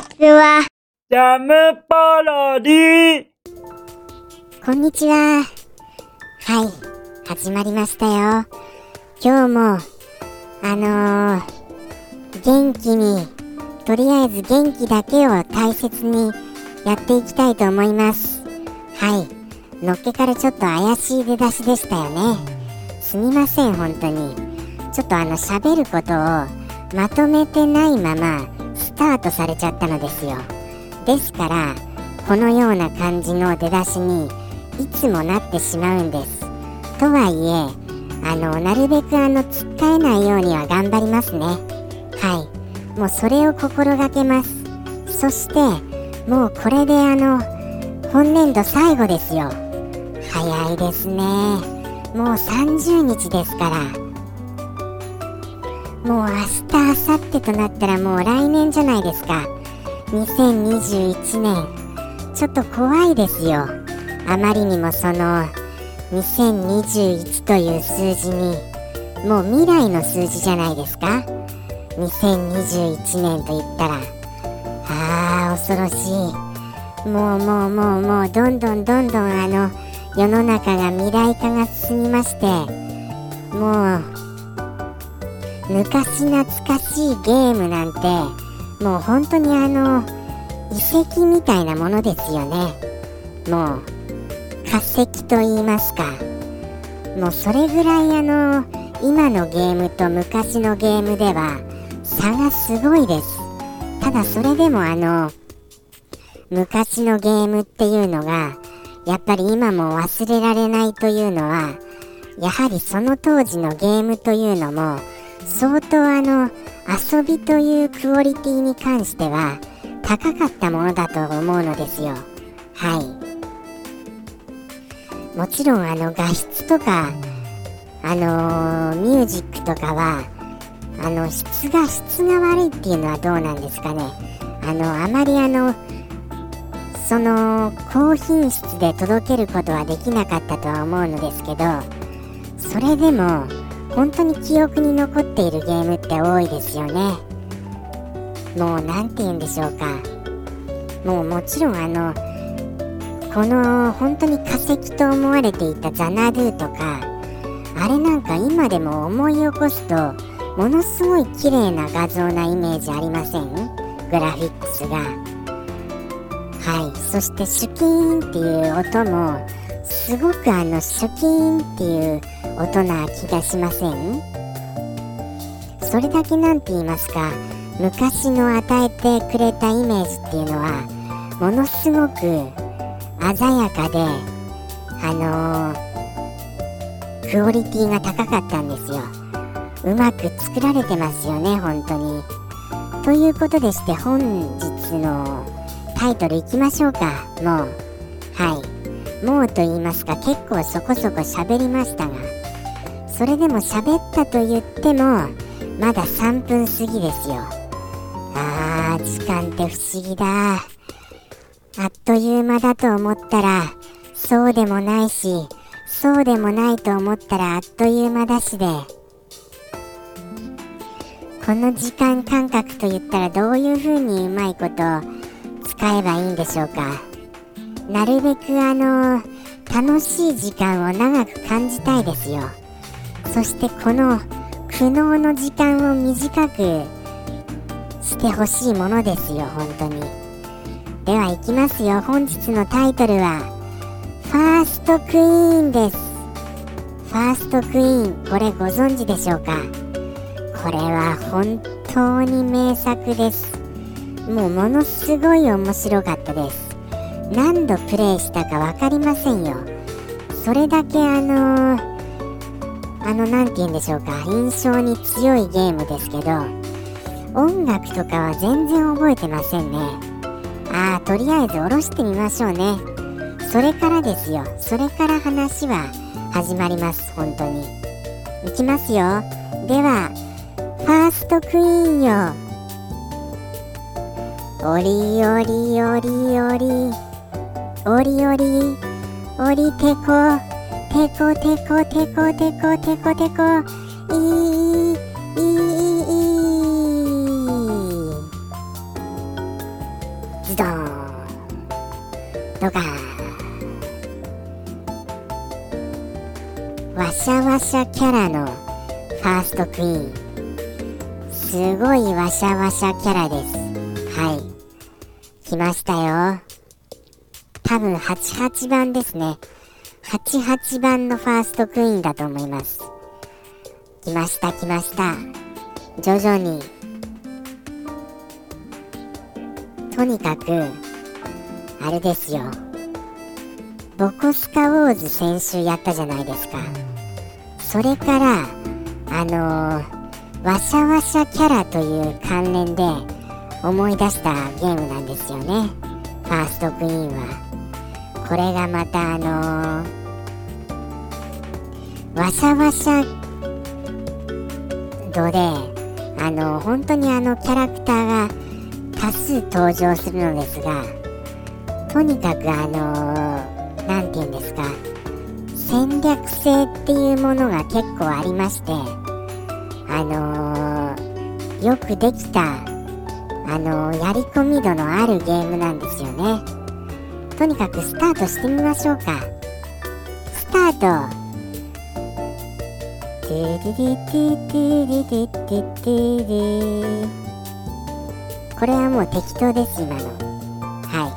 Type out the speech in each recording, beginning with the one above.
ちは。 ジャムパロディ。 こんにちは。はい、始まりましたよ。今日も元気に、とりあえず元気だけを大切にやっていきたいと思います。はい、のっけからちょっと怪しい出だしでしたよね。すみません、本当に。ちょっと喋ることをまとめてないままスタートされちゃったのですよ。ですからこのような感じの出だしにいつもなってしまうんです。とはいえなるべくつっかえないようには頑張りますね。はい、もうそれを心がけます。そしてもうこれで今年度最後ですよ。早いですね。もう30日ですから、もう明日明後日となったらもう来年じゃないですか。2021年。ちょっと怖いですよ。あまりにもその2021という数字に、もう未来の数字じゃないですか。2021年と言ったら恐ろしい。もうどんどん世の中が未来化が進みまして、もう昔懐かしいゲームなんてもう本当に遺跡みたいなものですよね。もう化石と言いますか、もうそれぐらい今のゲームと昔のゲームでは差がすごいです。ただそれでも昔のゲームっていうのがやっぱり今も忘れられないというのは、やはりその当時のゲームというのも相当遊びというクオリティに関しては高かったものだと思うのですよ。はい、もちろん画質とかミュージックとかは質が悪いっていうのはどうなんですかね。あまりその高品質で届けることはできなかったとは思うのですけど、それでも本当に記憶に残っているゲームって多いですよね。もうなんて言うんでしょうか。もちろんこの本当に化石と思われていたザナドゥとか、あれなんか今でも思い起こすとものすごい綺麗な画像なイメージありません？グラフィックスが。はい、そしてシュキーンっていう音もすごくシュキーンっていう音な気がしません？それだけなんて言いますか、昔の与えてくれたイメージっていうのはものすごく鮮やかでクオリティが高かったんですよ。うまく作られてますよね、本当に。ということでして、本日のタイトルいきましょうか。もうと言いますか、結構そこそこ喋りましたが、それでも喋ったと言ってもまだ3分過ぎですよ。時間って不思議だ。あっという間だと思ったらそうでもないし、そうでもないと思ったらあっという間だしで、この時間感覚と言ったらどういう風にうまいこと使えばいいんでしょうか。なるべく楽しい時間を長く感じたいですよ。そしてこの苦悩の時間を短くしてほしいものですよ、本当に。では行きますよ。本日のタイトルはファーストクイーンです。ファーストクイーン、これご存知でしょうか。これは本当に名作です。もうものすごい面白かったです。何度プレイしたか分かりませんよ。それだけなんて言うんでしょうか、印象に強いゲームですけど、音楽とかは全然覚えてませんね。とりあえず下ろしてみましょうね。それからですよ。それから話は始まります。本当にいきますよ。ではファーストクイーンよ。オリオリオリオリオリオリオリテコテコテコテコテコテコテコドカーン。わしゃわしゃキャラのファーストクイーン、すごいわしゃわしゃキャラです。はい、来ましたよ。多分88番ですね。88番のファーストクイーンだと思います。来ました来ました。徐々に、とにかくあれですよ、ボコスカウォーズ先週やったじゃないですか。それからわしゃわしゃキャラという関連で思い出したゲームなんですよね、ファーストクイーンは。これがまたわしゃわしゃ度で本当にキャラクターが多数登場するのですが、とにかくなんていうんですか、戦略性っていうものが結構ありまして、よくできたやり込み度のあるゲームなんですよね。とにかくスタートしてみましょうか。スタート。これはもう適当です、今の。はい。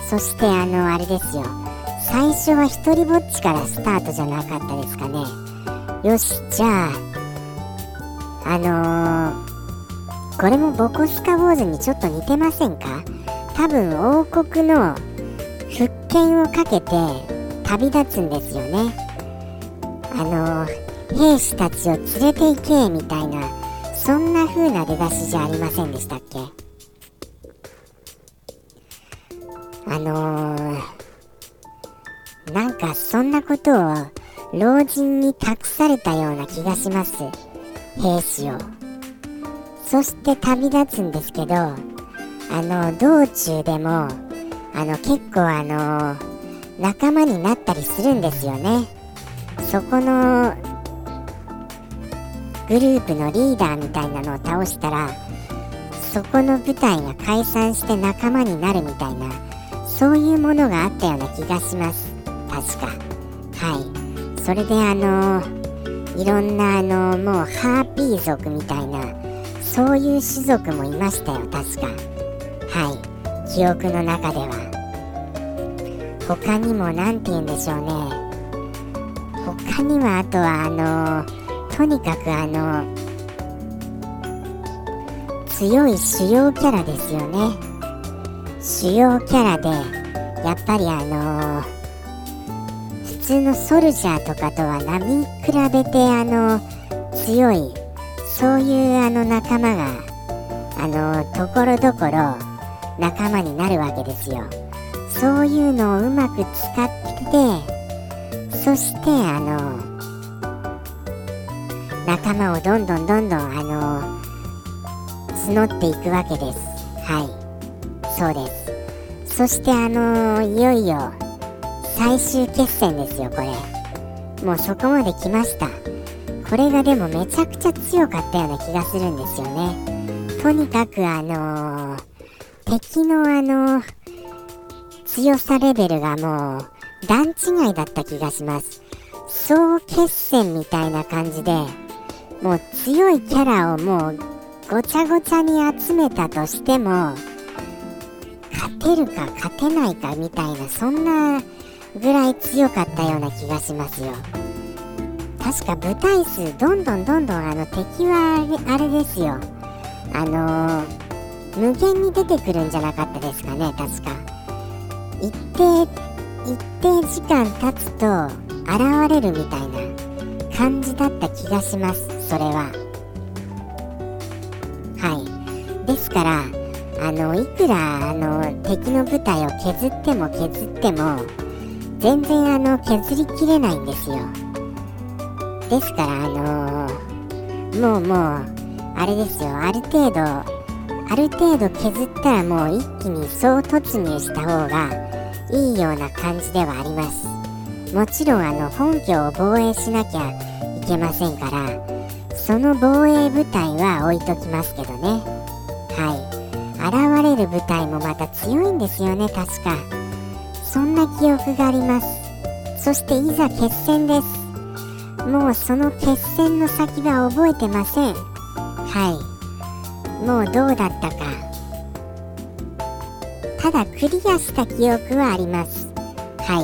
そしてあれですよ、最初は一人ぼっちからスタートじゃなかったですかね。よし、じゃあこれもボコスカウォーズにちょっと似てませんか？多分王国の復権をかけて旅立つんですよね。兵士たちを連れて行けみたいな、そんな風な出だしじゃありませんでしたっけ？なんかそんなことを老人に託されたような気がします、兵士を。そして旅立つんですけど、道中でも結構仲間になったりするんですよね。そこのグループのリーダーみたいなのを倒したら、そこの部隊が解散して仲間になるみたいな、そういうものがあったような気がします、確か。はい。それでいろんなもうハーピー族みたいな、そういう種族もいましたよ、確か。はい、記憶の中では。他にもなんて言うんでしょうね。他にはあとはとにかく強い主要キャラですよね。主要キャラでやっぱり普通のソルジャーとかとは並比べて強い、そういう仲間がところどころ仲間になるわけですよ。そういうのをうまく使って、そして仲間をどんどん募っていくわけです。はい、そうです。そしていよいよ最終決戦ですよ、これ。もうそこまで来ました。これがでもめちゃくちゃ強かったような気がするんですよね。とにかく敵の強さレベルがもう段違いだった気がします。総決戦みたいな感じで、もう強いキャラをもうごちゃごちゃに集めたとしても、勝てるか勝てないかみたいな、そんなぐらい強かったような気がしますよ。確か部隊数どんどん敵はあれですよ、無限に出てくるんじゃなかったですかね、確か。一定時間経つと現れるみたいな感じだった気がします、それは。はい。ですからいくら敵の部隊を削っても全然削りきれないんですよ。ですからもうあれですよ、ある程度削ったらもう一気に総突入した方がいいような感じではあります。もちろん本拠を防衛しなきゃいけませんから、その防衛部隊は置いときますけどね。はい。 現れる舞台もまた強いんですよね、確か。そんな記憶があります。そしていざ決戦です。もうその決戦の先は覚えてません。はい、もうどうだったか。ただクリアした記憶はあります。はい、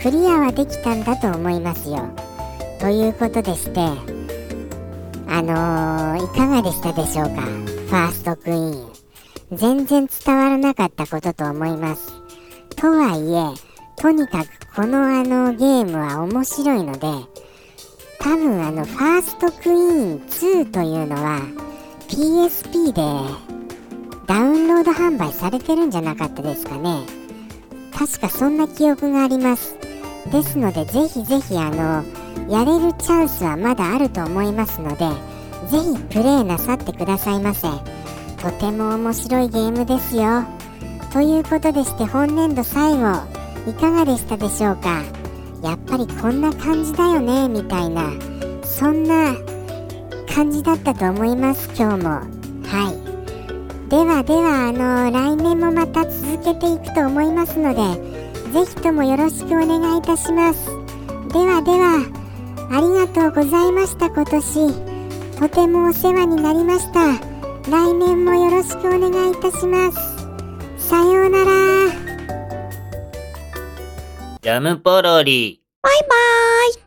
クリアはできたんだと思いますよ。ということでして、いかがでしたでしょうか。ファーストクイーン、全然伝わらなかったことと思います。とはいえ、とにかくこのゲームは面白いので、多分ファーストクイーン2というのは PSP でダウンロード販売されてるんじゃなかったですかね。確かそんな記憶があります。ですのでぜひぜひやれるチャンスはまだあると思いますので、ぜひプレイなさってくださいませ。とても面白いゲームですよ。ということでして、本年度最後いかがでしたでしょうか。やっぱりこんな感じだよねみたいな、そんな感じだったと思います、今日も。はい、では来年もまた続けていくと思いますので、ぜひともよろしくお願いいたします。ではありがとうございました。今年とてもお世話になりました。来年もよろしくお願いいたします。さようなら。 ジャムポロリ。 バイバーイ。